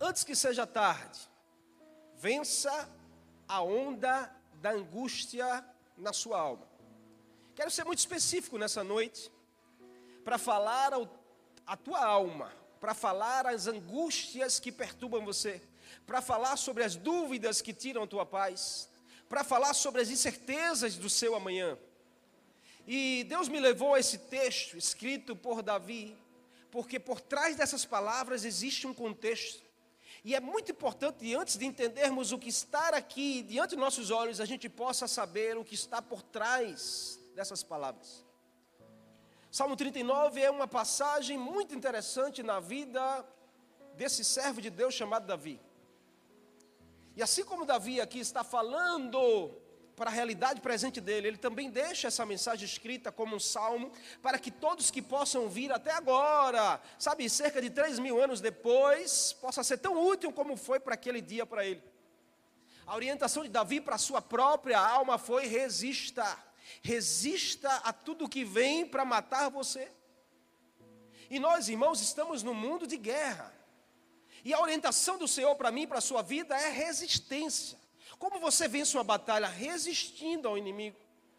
Antes que seja tarde, vença a onda da angústia na sua alma. Quero ser muito específico nessa noite, para falar a tua alma, para falar as angústias que perturbam você, para falar sobre as dúvidas que tiram a tua paz, para falar sobre as incertezas do seu amanhã. E Deus me levou a esse texto escrito por Davi, porque por trás dessas palavras existe um contexto. E é muito importante, antes de entendermos o que está aqui diante dos nossos olhos, a gente possa saber o que está por trás dessas palavras. Salmo 39 é uma passagem muito interessante na vida desse servo de Deus chamado Davi. E assim como Davi aqui está falando para a realidade presente dele, ele também deixa essa mensagem escrita como um salmo, para que todos que possam vir até agora, sabe, cerca de 3.000 anos depois, possa ser tão útil como foi para aquele dia para ele. A orientação de Davi para a sua própria alma foi: resista a tudo que vem para matar você. E nós, irmãos, estamos num mundo de guerra, e a orientação do Senhor para mim, para a sua vida, é resistência. Como você vence uma batalha? Resistindo ao inimigo.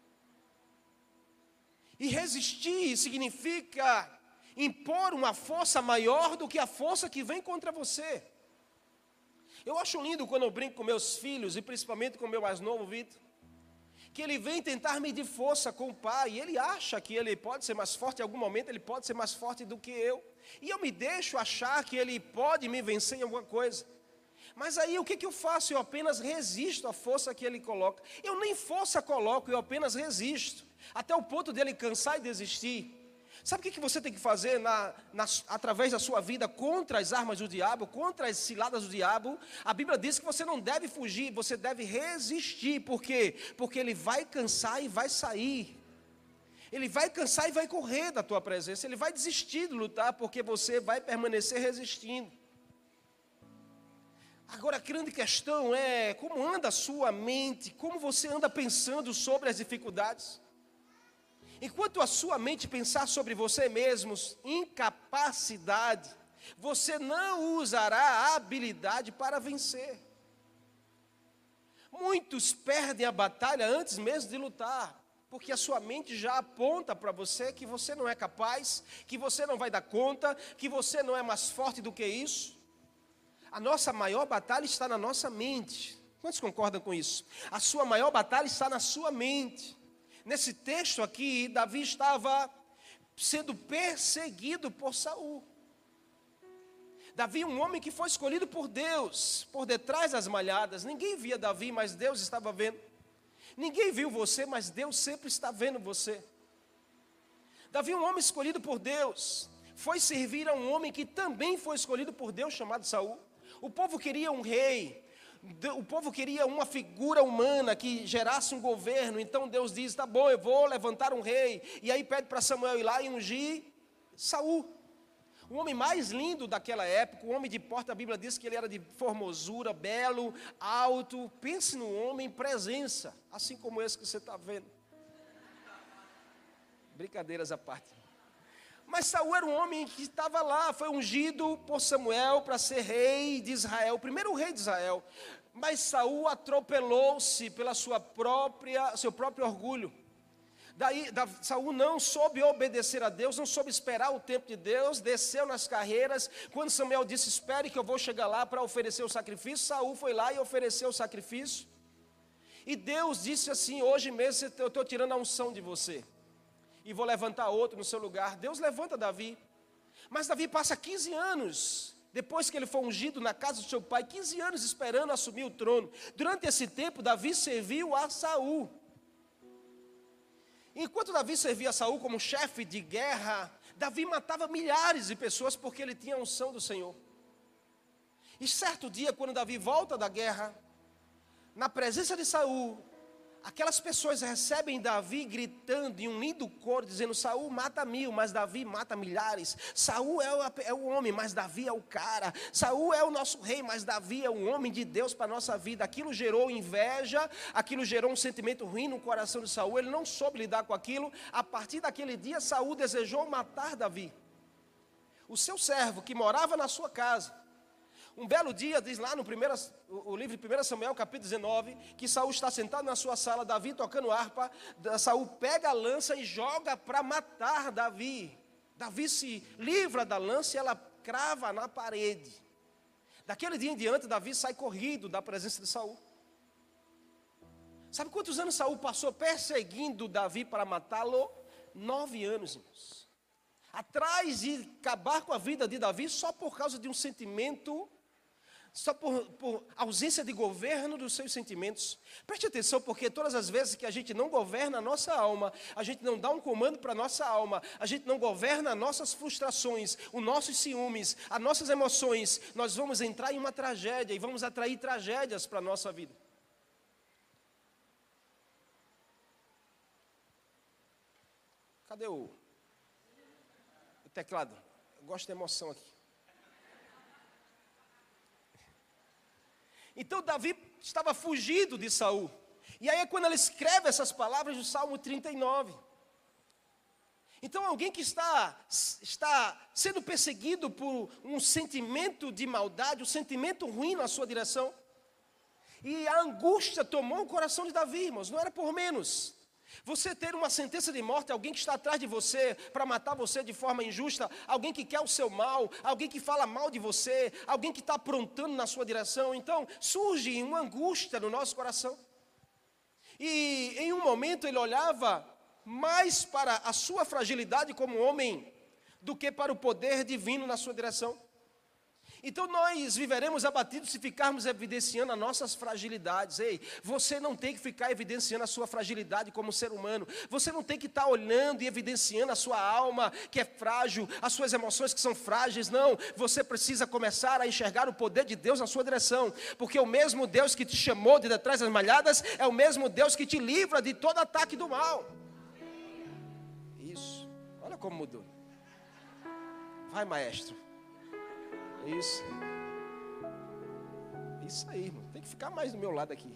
E resistir significa impor uma força maior do que a força que vem contra você. Eu acho lindo quando eu brinco com meus filhos, e principalmente com o meu mais novo, Vitor, que ele vem tentar medir força com o pai, e ele acha que ele pode ser mais forte, em algum momento ele pode ser mais forte do que eu, e eu me deixo achar que ele pode me vencer em alguma coisa. Mas aí o que eu faço? Eu apenas resisto à força que ele coloca. Eu nem força coloco, eu apenas resisto, até o ponto dele cansar e desistir. Sabe o que você tem que fazer através da sua vida contra as armas do diabo, contra as ciladas do diabo? A Bíblia diz que você não deve fugir, você deve resistir. Por quê? Porque ele vai cansar e vai sair. Ele vai cansar e vai correr da tua presença. Ele vai desistir de lutar, porque você vai permanecer resistindo. Agora, a grande questão é como anda a sua mente, como você anda pensando sobre as dificuldades. Enquanto a sua mente pensar sobre você mesmo, incapacidade, você não usará a habilidade para vencer. Muitos perdem a batalha antes mesmo de lutar, porque a sua mente já aponta para você que você não é capaz, que você não vai dar conta, que você não é mais forte do que isso. A nossa maior batalha está na nossa mente. Quantos concordam com isso? A sua maior batalha está na sua mente. Nesse texto aqui, Davi estava sendo perseguido por Saul. Davi, um homem que foi escolhido por Deus, por detrás das malhadas. Ninguém via Davi, mas Deus estava vendo. Ninguém viu você, mas Deus sempre está vendo você. Davi, um homem escolhido por Deus, foi servir a um homem que também foi escolhido por Deus, chamado Saul. O povo queria um rei, o povo queria uma figura humana que gerasse um governo. Então Deus diz: tá bom, eu vou levantar um rei. E aí pede para Samuel ir lá e ungir Saul, o homem mais lindo daquela época, o homem de porta. A Bíblia diz que ele era de formosura, belo, alto. Pense no homem em presença, assim como esse que você está vendo. Brincadeiras à parte. Mas Saul era um homem que estava lá, foi ungido por Samuel para ser rei de Israel, o primeiro rei de Israel. Mas Saul atropelou-se pela seu próprio orgulho. Saul não soube obedecer a Deus, não soube esperar o tempo de Deus, desceu nas carreiras. Quando Samuel disse: espere que eu vou chegar lá para oferecer o sacrifício, Saul foi lá e ofereceu o sacrifício. E Deus disse assim: hoje mesmo eu estou tirando a unção de você, e vou levantar outro no seu lugar. Deus levanta Davi. Mas Davi passa 15 anos, depois que ele foi ungido na casa do seu pai, 15 anos esperando assumir o trono. Durante esse tempo, Davi serviu a Saul. Enquanto Davi servia a Saul como chefe de guerra, Davi matava milhares de pessoas, porque ele tinha a unção do Senhor. E certo dia, quando Davi volta da guerra, na presença de Saul, aquelas pessoas recebem Davi gritando em um lindo coro, dizendo: Saul mata 1000, mas Davi mata milhares. Saul é o homem, mas Davi é o cara. Saul é o nosso rei, mas Davi é um homem de Deus para a nossa vida. Aquilo gerou inveja, aquilo gerou um sentimento ruim no coração de Saul. Ele não soube lidar com aquilo. A partir daquele dia, Saul desejou matar Davi, o seu servo que morava na sua casa, Um belo dia, diz lá no o livro de 1 Samuel, capítulo 19, que Saul está sentado na sua sala, Davi tocando harpa, Saul pega a lança e joga para matar Davi. Davi se livra da lança e ela crava na parede. Daquele dia em diante, Davi sai corrido da presença de Saul. Sabe quantos anos Saul passou perseguindo Davi para matá-lo? 9 anos, irmãos. Atrás de acabar com a vida de Davi só por causa de um sentimento, só por ausência de governo dos seus sentimentos. Preste atenção, porque todas as vezes que a gente não governa a nossa alma, a gente não dá um comando para a nossa alma, a gente não governa as nossas frustrações, os nossos ciúmes, as nossas emoções, nós vamos entrar em uma tragédia e vamos atrair tragédias para a nossa vida. Cadê o teclado? Eu gosto de emoção aqui. Então Davi estava fugido de Saul. E aí é quando ele escreve essas palavras do Salmo 39. Então alguém que está sendo perseguido por um sentimento de maldade, um sentimento ruim na sua direção. E a angústia tomou o coração de Davi, irmãos, não era por menos. Você ter uma sentença de morte, alguém que está atrás de você para matar você de forma injusta, alguém que quer o seu mal, alguém que fala mal de você, alguém que está aprontando na sua direção. Então surge uma angústia no nosso coração. E em um momento ele olhava mais para a sua fragilidade como homem do que para o poder divino na sua direção. Então nós viveremos abatidos se ficarmos evidenciando as nossas fragilidades. Ei, você não tem que ficar evidenciando a sua fragilidade como ser humano. Você não tem que estar olhando e evidenciando a sua alma que é frágil, as suas emoções que são frágeis. Não, você precisa começar a enxergar o poder de Deus na sua direção. Porque o mesmo Deus que te chamou de detrás das malhadas é o mesmo Deus que te livra de todo ataque do mal. Isso, olha como mudou. Vai, maestro. Isso aí, irmão. Tem que ficar mais do meu lado aqui.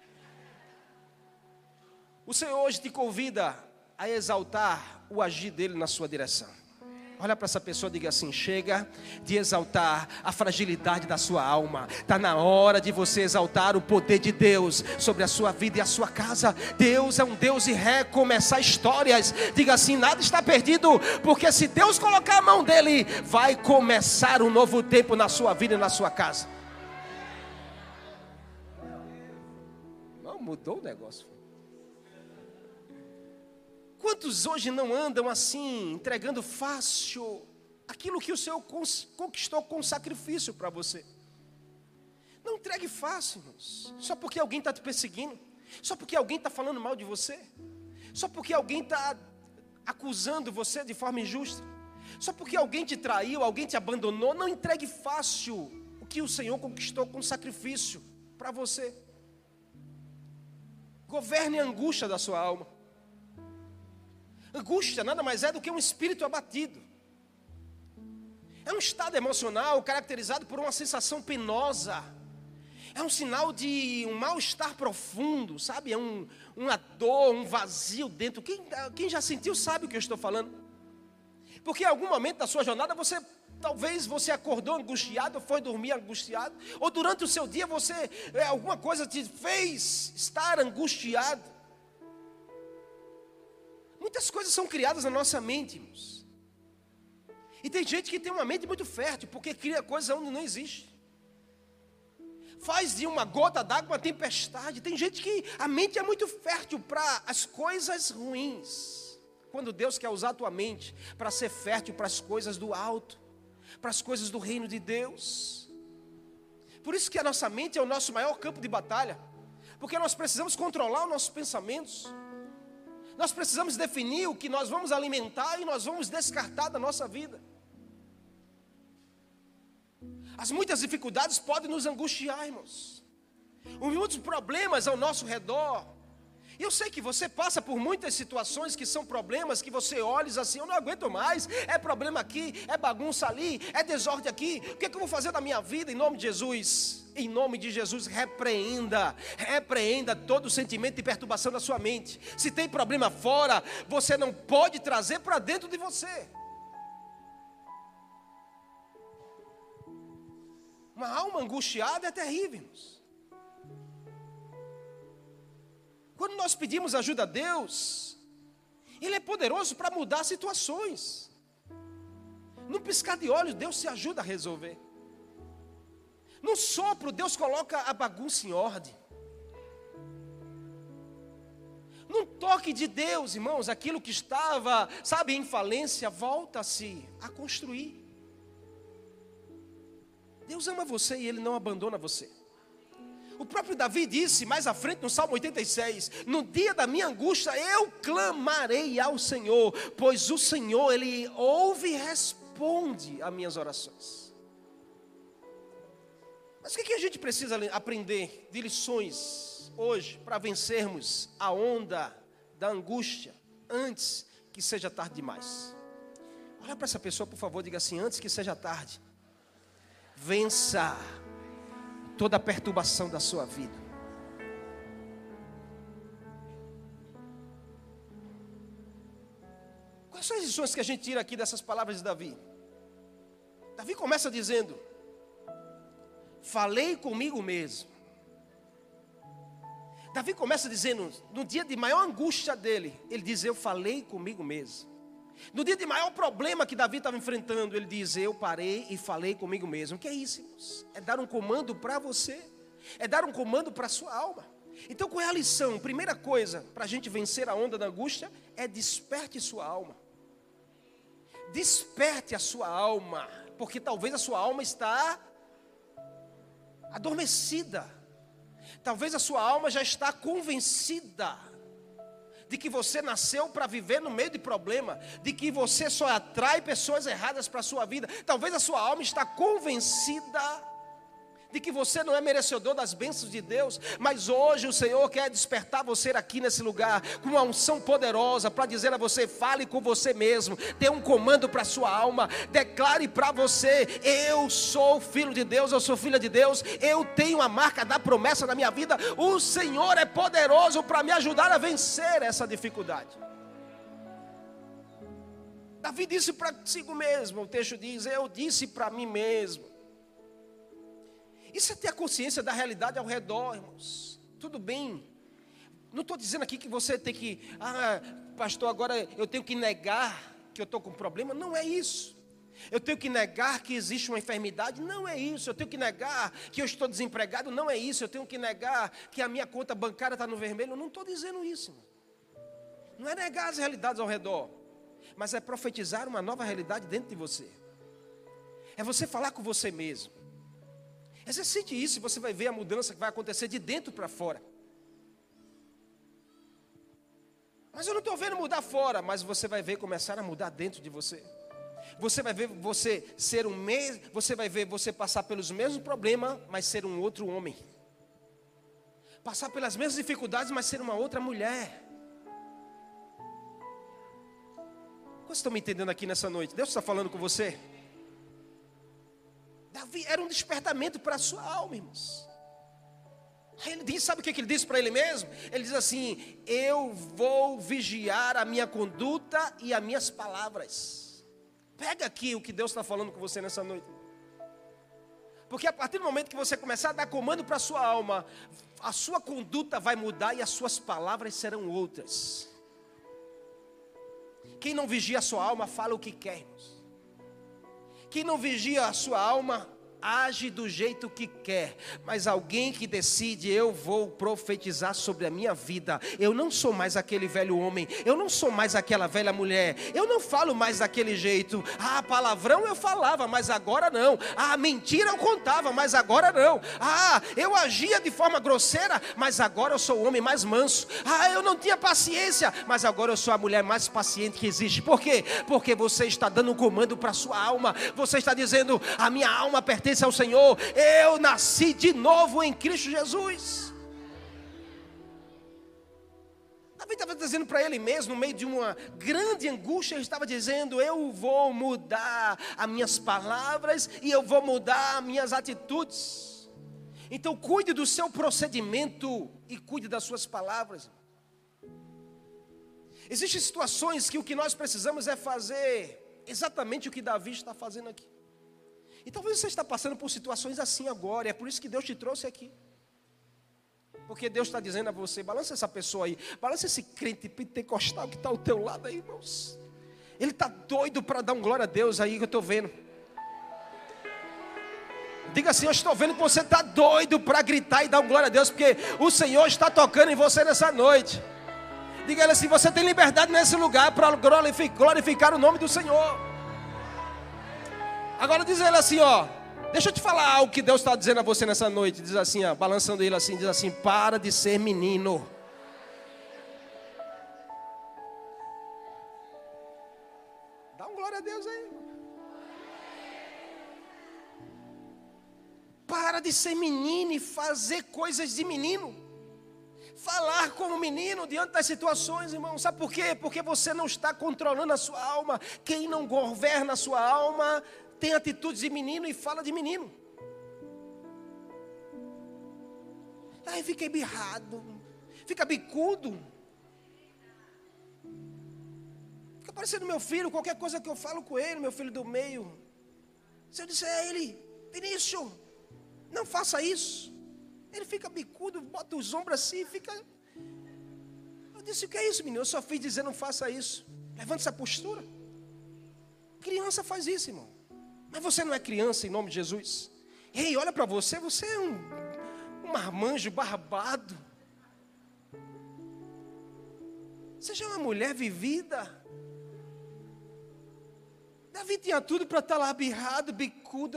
O Senhor hoje te convida a exaltar o agir dele na sua direção. Olha para essa pessoa e diga assim: chega de exaltar a fragilidade da sua alma. Está na hora de você exaltar o poder de Deus sobre a sua vida e a sua casa. Deus é um Deus de recomeçar histórias. Diga assim: nada está perdido, porque se Deus colocar a mão dele, vai começar um novo tempo na sua vida e na sua casa. Não, mudou o negócio. Quantos hoje não andam assim, entregando fácil aquilo que o Senhor conquistou com sacrifício para você? Não entregue fácil, irmãos. Só porque alguém está te perseguindo, só porque alguém está falando mal de você, só porque alguém está acusando você de forma injusta, só porque alguém te traiu, alguém te abandonou. Não entregue fácil o que o Senhor conquistou com sacrifício para você. Governe a angústia da sua alma. Angústia nada mais é do que um espírito abatido. É um estado emocional caracterizado por uma sensação penosa. É um sinal de um mal-estar profundo, sabe? É uma dor, um vazio dentro. Quem já sentiu sabe o que eu estou falando. Porque em algum momento da sua jornada talvez você acordou angustiado, ou foi dormir angustiado, ou durante o seu dia alguma coisa te fez estar angustiado. Muitas coisas são criadas na nossa mente, irmãos. E tem gente que tem uma mente muito fértil, porque cria coisas onde não existe. Faz de uma gota d'água uma tempestade. Tem gente que a mente é muito fértil para as coisas ruins. Quando Deus quer usar a tua mente para ser fértil para as coisas do alto, para as coisas do reino de Deus. Por isso que a nossa mente é o nosso maior campo de batalha. Porque nós precisamos controlar os nossos pensamentos. Nós precisamos definir o que nós vamos alimentar e nós vamos descartar da nossa vida. As muitas dificuldades podem nos angustiar, irmãos. Muitos problemas ao nosso redor. E eu sei que você passa por muitas situações que são problemas que você olha e diz assim: eu não aguento mais, é problema aqui, é bagunça ali, é desordem aqui, o que é que eu vou fazer da minha vida? Em nome de Jesus, repreenda todo sentimento de perturbação da sua mente. Se tem problema fora, você não pode trazer para dentro de você. Uma alma angustiada é terrível, irmãos. Quando nós pedimos ajuda a Deus, Ele é poderoso para mudar situações. Num piscar de olhos, Deus se ajuda a resolver. Num sopro, Deus coloca a bagunça em ordem. Num toque de Deus, irmãos, aquilo que estava, sabe, em falência, volta-se a construir. Deus ama você e Ele não abandona você. O próprio Davi disse mais à frente no Salmo 86, no dia da minha angústia eu clamarei ao Senhor, pois o Senhor, Ele ouve e responde às minhas orações. Mas o que a gente precisa aprender de lições hoje para vencermos a onda da angústia antes que seja tarde demais? Olha para essa pessoa, por favor, diga assim: antes que seja tarde. Vença toda a perturbação da sua vida. Quais são as lições que a gente tira aqui dessas palavras de Davi? Davi começa dizendo: falei comigo mesmo. Davi começa dizendo, no dia de maior angústia dele, ele diz: eu falei comigo mesmo. No dia de maior problema que Davi estava enfrentando, ele diz: eu parei e falei comigo mesmo. O que é isso, irmãos? É dar um comando para você, é dar um comando para a sua alma. Então qual é a lição? Primeira coisa, para a gente vencer a onda da angústia, é desperte sua alma. Desperte a sua alma, porque talvez a sua alma está adormecida. Talvez a sua alma já está convencida de que você nasceu para viver no meio de problema, de que você só atrai pessoas erradas para a sua vida. Talvez a sua alma está convencida de que você não é merecedor das bênçãos de Deus, mas hoje o Senhor quer despertar você aqui nesse lugar, com uma unção poderosa, para dizer a você: fale com você mesmo, dê um comando para a sua alma, declare para você: eu sou filho de Deus, eu sou filha de Deus, eu tenho a marca da promessa na minha vida, o Senhor é poderoso para me ajudar a vencer essa dificuldade. Davi disse para si mesmo, o texto diz: eu disse para mim mesmo. Isso é ter a consciência da realidade ao redor, irmãos. Tudo bem. Não estou dizendo aqui que você tem que, pastor, agora eu tenho que negar que eu estou com problema. Não é isso. Eu tenho que negar que existe uma enfermidade. Não é isso. Eu tenho que negar que eu estou desempregado. Não é isso. Eu tenho que negar que a minha conta bancária está no vermelho. Eu não estou dizendo isso, irmão. Não é negar as realidades ao redor, mas é profetizar uma nova realidade dentro de você. É você falar com você mesmo. Exercite isso e você vai ver a mudança que vai acontecer de dentro para fora. Mas eu não estou vendo mudar fora, mas você vai ver começar a mudar dentro de você. Você vai ver você ser você vai ver você passar pelos mesmos problemas, mas ser um outro homem. Passar pelas mesmas dificuldades, mas ser uma outra mulher. Vocês estão me entendendo aqui nessa noite? Deus está falando com você? Davi era um despertamento para a sua alma, irmãos. Aí ele diz, sabe o que ele disse para ele mesmo? Ele diz assim: eu vou vigiar a minha conduta e as minhas palavras. Pega aqui o que Deus está falando com você nessa noite. Porque a partir do momento que você começar a dar comando para a sua alma, a sua conduta vai mudar e as suas palavras serão outras. Quem não vigia a sua alma, fala o que quer, irmãos. Quem não vigia a sua alma, age do jeito que quer. Mas alguém que decide: eu vou profetizar sobre a minha vida. Eu não sou mais aquele velho homem. Eu não sou mais aquela velha mulher. Eu não falo mais daquele jeito. Palavrão eu falava, mas agora não. Mentira eu contava, mas agora não. Eu agia de forma grosseira, mas agora eu sou o homem mais manso. Eu não tinha paciência, mas agora eu sou a mulher mais paciente que existe. Por quê? Porque você está dando um comando para a sua alma. Você está dizendo: a minha alma pertence ao Senhor, eu nasci de novo em Cristo Jesus. Davi estava dizendo para ele mesmo, no meio de uma grande angústia, ele estava dizendo: eu vou mudar as minhas palavras e eu vou mudar as minhas atitudes. Então cuide do seu procedimento e cuide das suas palavras. Existem situações que o que nós precisamos é fazer exatamente o que Davi está fazendo aqui. E talvez você está passando por situações assim agora, e é por isso que Deus te trouxe aqui. Porque Deus está dizendo a você, balança essa pessoa aí, balança esse crente pentecostal que está ao teu lado aí, irmãos. Ele está doido para dar um glória a Deus aí que eu estou vendo. Diga assim, eu estou vendo que você está doido para gritar e dar um glória a Deus, porque o Senhor está tocando em você nessa noite. Diga ele assim, você tem liberdade nesse lugar para glorificar o nome do Senhor. Agora diz ele assim, ó, deixa eu te falar algo que Deus está dizendo a você nessa noite. Diz assim, ó, balançando ele assim, diz assim, para de ser menino. Dá um glória a Deus aí. Para de ser menino e fazer coisas de menino. Falar como menino diante das situações, irmão. Sabe por quê? Porque você não está controlando a sua alma. Quem não governa a sua alma tem atitudes de menino e fala de menino. Aí fica embirrado, fica bicudo. Fica parecendo meu filho, qualquer coisa que eu falo com ele, meu filho do meio. Se eu disser a ele, Vinícius, não faça isso. Ele fica bicudo, bota os ombros assim, fica... Eu disse, o que é isso, menino? Eu só fiz dizer, não faça isso. Levanta essa postura. Criança faz isso, irmão. Mas você não é criança em nome de Jesus. Ei, olha para você, você é um marmanjo barbado. Seja uma mulher vivida. Davi tinha tudo para estar lá birrado, bicudo.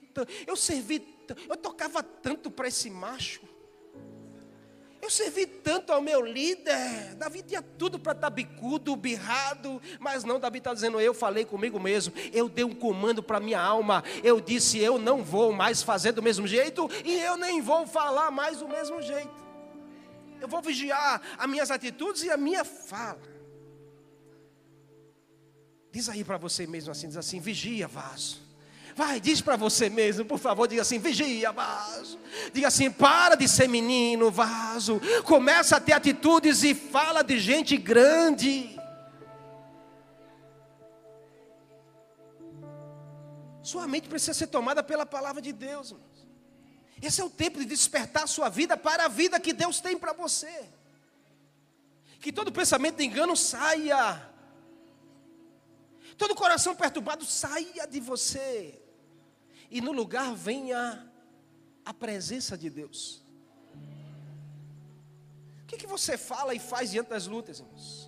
Eu tocava tanto para esse macho. Eu servi tanto ao meu líder. Davi tinha tudo para estar bicudo, birrado. Mas não, Davi está dizendo, eu falei comigo mesmo. Eu dei um comando para minha alma. Eu disse, eu não vou mais fazer do mesmo jeito. E eu nem vou falar mais do mesmo jeito. Eu vou vigiar as minhas atitudes e a minha fala. Diz aí para você mesmo assim, diz assim, vigia, vaso. Vai, diz para você mesmo, por favor, diga assim, vigia, vaso. Diga assim, para de ser menino, vaso. Começa a ter atitudes e fala de gente grande. Sua mente precisa ser tomada pela palavra de Deus, irmãos. Esse é o tempo de despertar a sua vida para a vida que Deus tem para você. Que todo pensamento de engano saia. Todo coração perturbado saia de você. E no lugar venha a presença de Deus. O que você fala e faz diante das lutas, irmãos?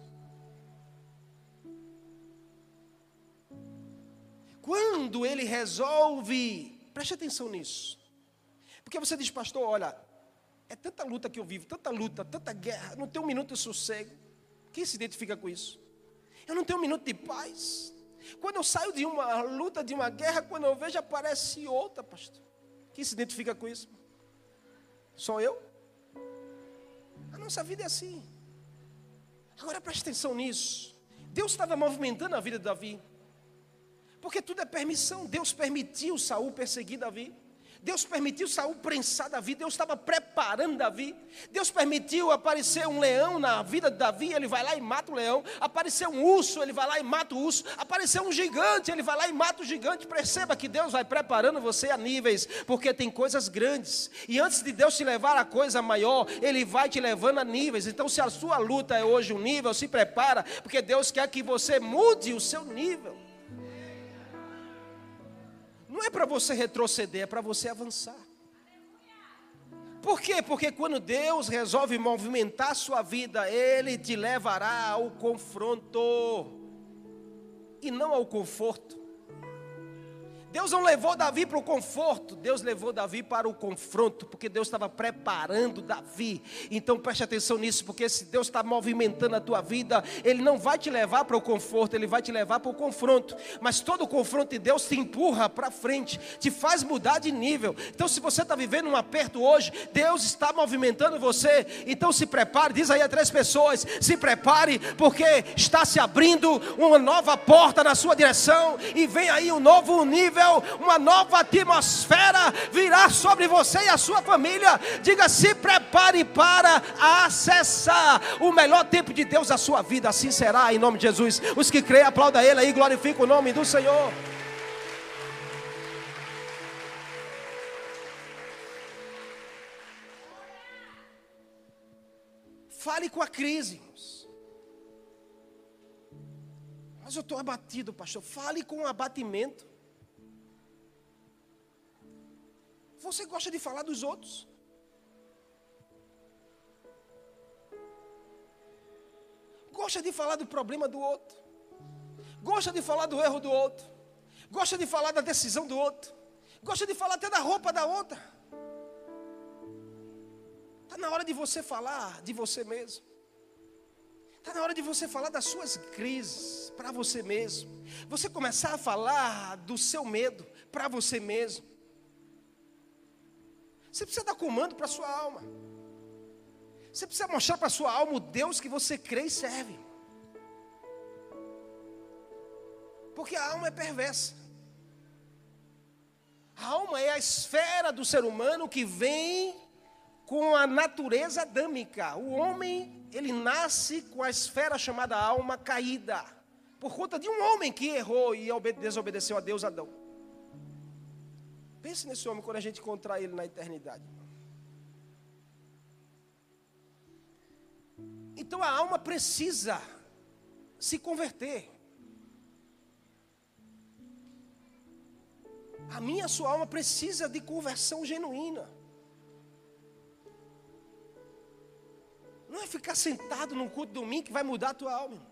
Quando ele resolve, preste atenção nisso. Porque você diz, pastor, olha, é tanta luta que eu vivo, tanta luta, tanta guerra, não tenho um minuto de sossego. Quem se identifica com isso? Eu não tenho um minuto de paz. Quando eu saio de uma luta, de uma guerra, quando eu vejo aparece outra, pastor. Quem se identifica com isso? Só eu? A nossa vida é assim. Agora preste atenção nisso. Deus estava movimentando a vida de Davi. Porque tudo é permissão. Deus permitiu Saul perseguir Davi. Deus permitiu Saul prensar Davi. Deus estava preparando Davi. Deus permitiu aparecer um leão na vida de Davi. Ele vai lá e mata o leão. Apareceu um urso, ele vai lá e mata o urso. Apareceu um gigante, ele vai lá e mata o gigante. Perceba que Deus vai preparando você a níveis, porque tem coisas grandes. E antes de Deus te levar a coisa maior, Ele vai te levando a níveis. Então se a sua luta é hoje um nível, se prepara, porque Deus quer que você mude o seu nível. Não é para você retroceder, é para você avançar. Por quê? Porque quando Deus resolve movimentar a sua vida, Ele te levará ao confronto e não ao conforto. Deus não levou Davi para o conforto, Deus levou Davi para o confronto, porque Deus estava preparando Davi. Então preste atenção nisso, porque se Deus está movimentando a tua vida, Ele não vai te levar para o conforto, Ele vai te levar para o confronto. Mas todo o confronto de Deus te empurra para frente, te faz mudar de nível. Então se você está vivendo um aperto hoje, Deus está movimentando você. Então se prepare, diz aí a 3 pessoas, se prepare, porque está se abrindo uma nova porta na sua direção, e vem aí um novo nível. Uma nova atmosfera virá sobre você e a sua família. Diga, se prepare para acessar o melhor tempo de Deus na sua vida. Assim será em nome de Jesus. Os que creem, aplauda Ele aí, glorifica o nome do Senhor. Fale com a crise, irmãos. Mas eu estou abatido, pastor. Fale com o abatimento. Você gosta de falar dos outros? Gosta de falar do problema do outro? Gosta de falar do erro do outro? Gosta de falar da decisão do outro? Gosta de falar até da roupa da outra? Está na hora de você falar de você mesmo. Está na hora de você falar das suas crises para você mesmo. Você começar a falar do seu medo para você mesmo. Você precisa dar comando para a sua alma. Você precisa mostrar para a sua alma o Deus que você crê e serve. Porque a alma é perversa. A alma é a esfera do ser humano que vem com a natureza adâmica. O homem, ele nasce com a esfera chamada alma caída. Por conta de um homem que errou e desobedeceu a Deus, Adão. Pense nesse homem quando a gente encontrar ele na eternidade. Então a alma precisa se converter. A minha, a sua alma precisa de conversão genuína. Não é ficar sentado num culto domingo que vai mudar a tua alma.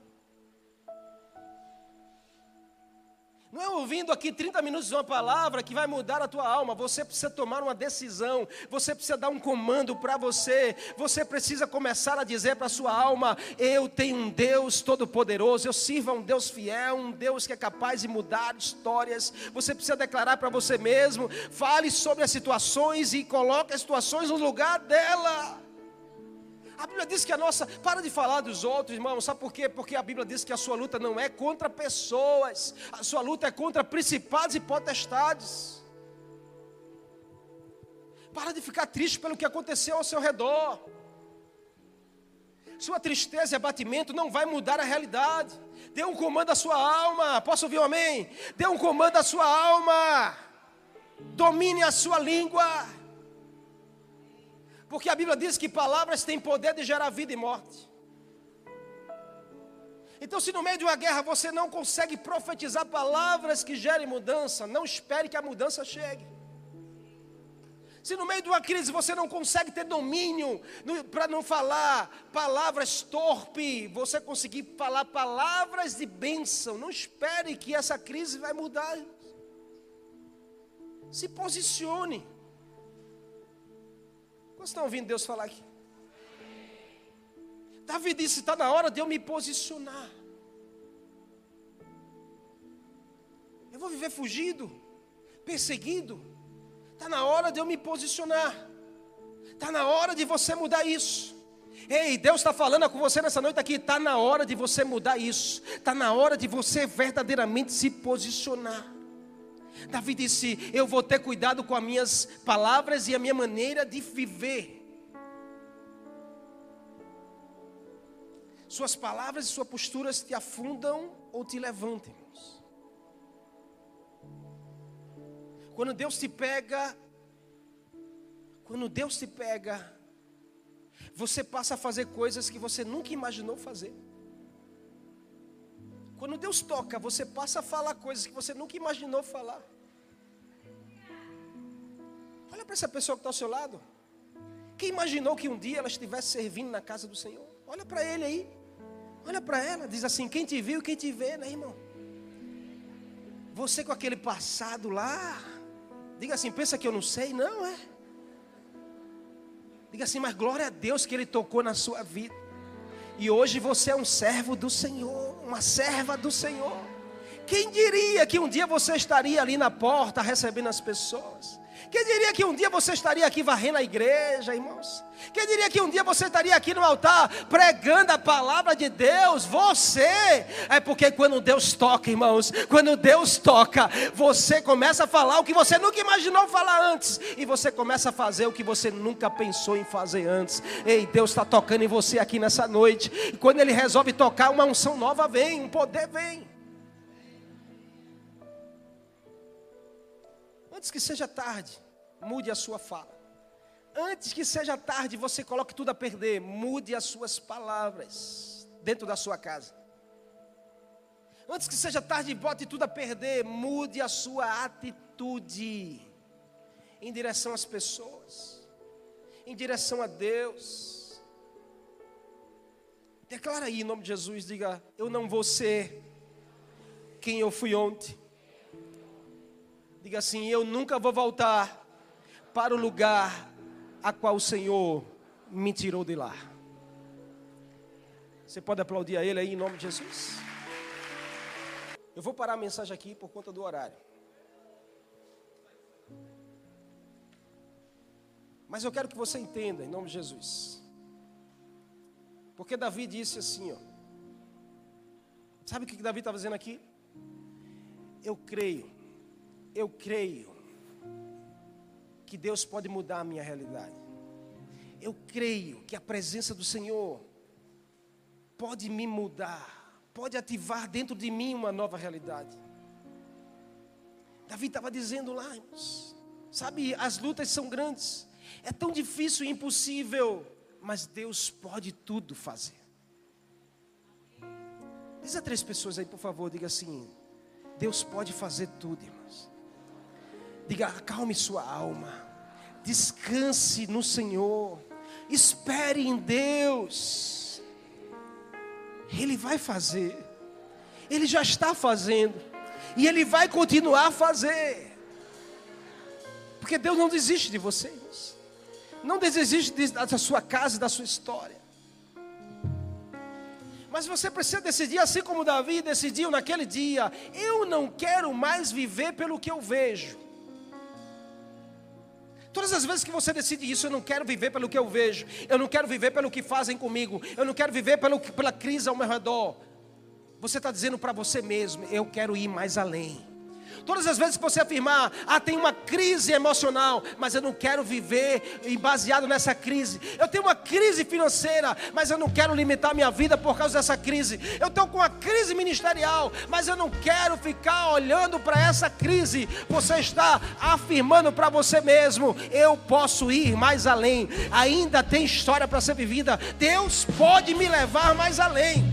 Não é ouvindo aqui 30 minutos de uma palavra que vai mudar a tua alma. Você precisa tomar uma decisão. Você precisa dar um comando para você. Você precisa começar a dizer para a sua alma: eu tenho um Deus todo-poderoso. Eu sirvo a um Deus fiel, um Deus que é capaz de mudar histórias. Você precisa declarar para você mesmo. Fale sobre as situações e coloque as situações no lugar dela. A Bíblia diz que a nossa... Para de falar dos outros, irmão. Sabe por quê? Porque a Bíblia diz que a sua luta não é contra pessoas. A sua luta é contra principados e potestades. Para de ficar triste pelo que aconteceu ao seu redor. Sua tristeza e abatimento não vai mudar a realidade. Dê um comando à sua alma. Posso ouvir um amém? Dê um comando à sua alma. Domine a sua língua. Porque a Bíblia diz que palavras têm poder de gerar vida e morte. Então, se no meio de uma guerra você não consegue profetizar palavras que gerem mudança, não espere que a mudança chegue. Se no meio de uma crise você não consegue ter domínio para não falar palavras torpes, você conseguir falar palavras de bênção, não espere que essa crise vai mudar. Se posicione. Vocês estão ouvindo Deus falar aqui? Davi disse: está na hora de eu me posicionar. Eu vou viver fugido, perseguido. Está na hora de eu me posicionar. Está na hora de você mudar isso. Ei, Deus está falando com você nessa noite aqui. Está na hora de você mudar isso. Está na hora de você verdadeiramente se posicionar. Davi disse: eu vou ter cuidado com as minhas palavras e a minha maneira de viver. Suas palavras e suas posturas te afundam ou te levantam, irmãos. Quando Deus te pega, você passa a fazer coisas que você nunca imaginou fazer. Quando Deus toca, você passa a falar coisas que você nunca imaginou falar. Olha para essa pessoa que está ao seu lado. Quem imaginou que um dia ela estivesse servindo na casa do Senhor? Olha para ele aí. Olha para ela. Diz assim: quem te viu, quem te vê, né, irmão? Você com aquele passado lá. Diga assim: pensa que eu não sei? Não, é. Diga assim: mas glória a Deus que Ele tocou na sua vida. E hoje você é um servo do Senhor, uma serva do Senhor. Quem diria que um dia você estaria ali na porta recebendo as pessoas? Quem diria que um dia você estaria aqui varrendo a igreja, irmãos? Quem diria que um dia você estaria aqui no altar pregando a palavra de Deus? Você, é porque quando Deus toca, irmãos, quando Deus toca, você começa a falar o que você nunca imaginou falar antes. E você começa a fazer o que você nunca pensou em fazer antes. Ei, Deus está tocando em você aqui nessa noite. E quando Ele resolve tocar, uma unção nova vem, um poder vem. Antes que seja tarde, mude a sua fala. Antes que seja tarde, você coloque tudo a perder. Mude as suas palavras dentro da sua casa. Antes que seja tarde, bote tudo a perder. Mude a sua atitude em direção às pessoas, em direção a Deus. Declara aí em nome de Jesus, diga: eu não vou ser quem eu fui ontem. Diga assim: eu nunca vou voltar para o lugar a qual o Senhor me tirou de lá. Você pode aplaudir a Ele aí em nome de Jesus? Eu vou parar a mensagem aqui por conta do horário. Mas eu quero que você entenda em nome de Jesus. Porque Davi disse assim, ó. Sabe o que Davi está fazendo aqui? Eu creio que Deus pode mudar a minha realidade. Eu creio que a presença do Senhor pode me mudar, pode ativar dentro de mim uma nova realidade. Davi estava dizendo lá, irmãos, sabe, as lutas são grandes, é tão difícil e impossível, mas Deus pode tudo fazer. Diz a 3 pessoas aí, por favor, diga assim: Deus pode fazer tudo, irmãos. Diga: acalme sua alma, descanse no Senhor, espere em Deus. Ele vai fazer, Ele já está fazendo, e Ele vai continuar a fazer, porque Deus não desiste de vocês, não desiste da sua casa, da sua história. Mas você precisa decidir, assim como Davi decidiu naquele dia: eu não quero mais viver pelo que eu vejo. Todas as vezes que você decide isso: eu não quero viver pelo que eu vejo, eu não quero viver pelo que fazem comigo, eu não quero viver pela crise ao meu redor, você está dizendo para você mesmo: eu quero ir mais além. Todas as vezes que você afirmar: tem uma crise emocional, mas eu não quero viver baseado nessa crise. Eu tenho uma crise financeira, mas eu não quero limitar minha vida por causa dessa crise. Eu estou com uma crise ministerial, mas eu não quero ficar olhando para essa crise. Você está afirmando para você mesmo: eu posso ir mais além. Ainda tem história para ser vivida. Deus pode me levar mais além.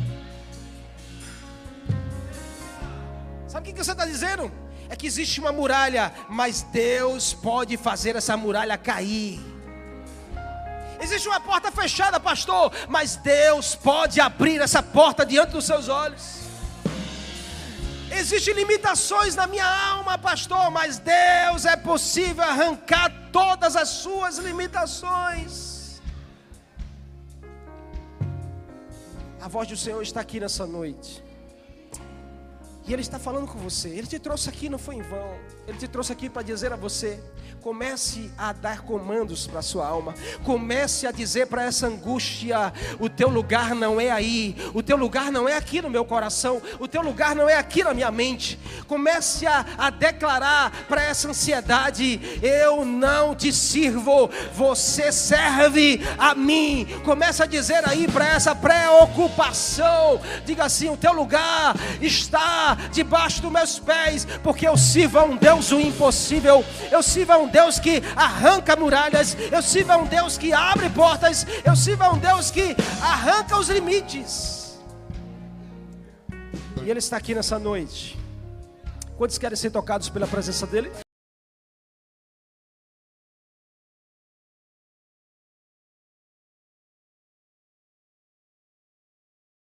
Sabe o que você está dizendo? É que existe uma muralha, mas Deus pode fazer essa muralha cair. Existe uma porta fechada, pastor, mas Deus pode abrir essa porta diante dos seus olhos. Existem limitações na minha alma, pastor, mas Deus é possível arrancar todas as suas limitações. A voz do Senhor está aqui nessa noite. E Ele está falando com você. Ele te trouxe aqui, não foi em vão. Ele te trouxe aqui para dizer a você: comece a dar comandos para a sua alma. Comece a dizer para essa angústia: o teu lugar não é aí. O teu lugar não é aqui no meu coração. O teu lugar não é aqui na minha mente. Comece a declarar para essa ansiedade: eu não te sirvo, você serve a mim. Comece a dizer aí para essa preocupação: diga assim: o teu lugar está debaixo dos meus pés, porque eu sirvo a um Deus do impossível. Eu sirvo a um Deus que arranca muralhas. Eu sirvo a um Deus que abre portas. Eu sirvo a um Deus que arranca os limites. E Ele está aqui nessa noite. Quantos querem ser tocados pela presença dEle?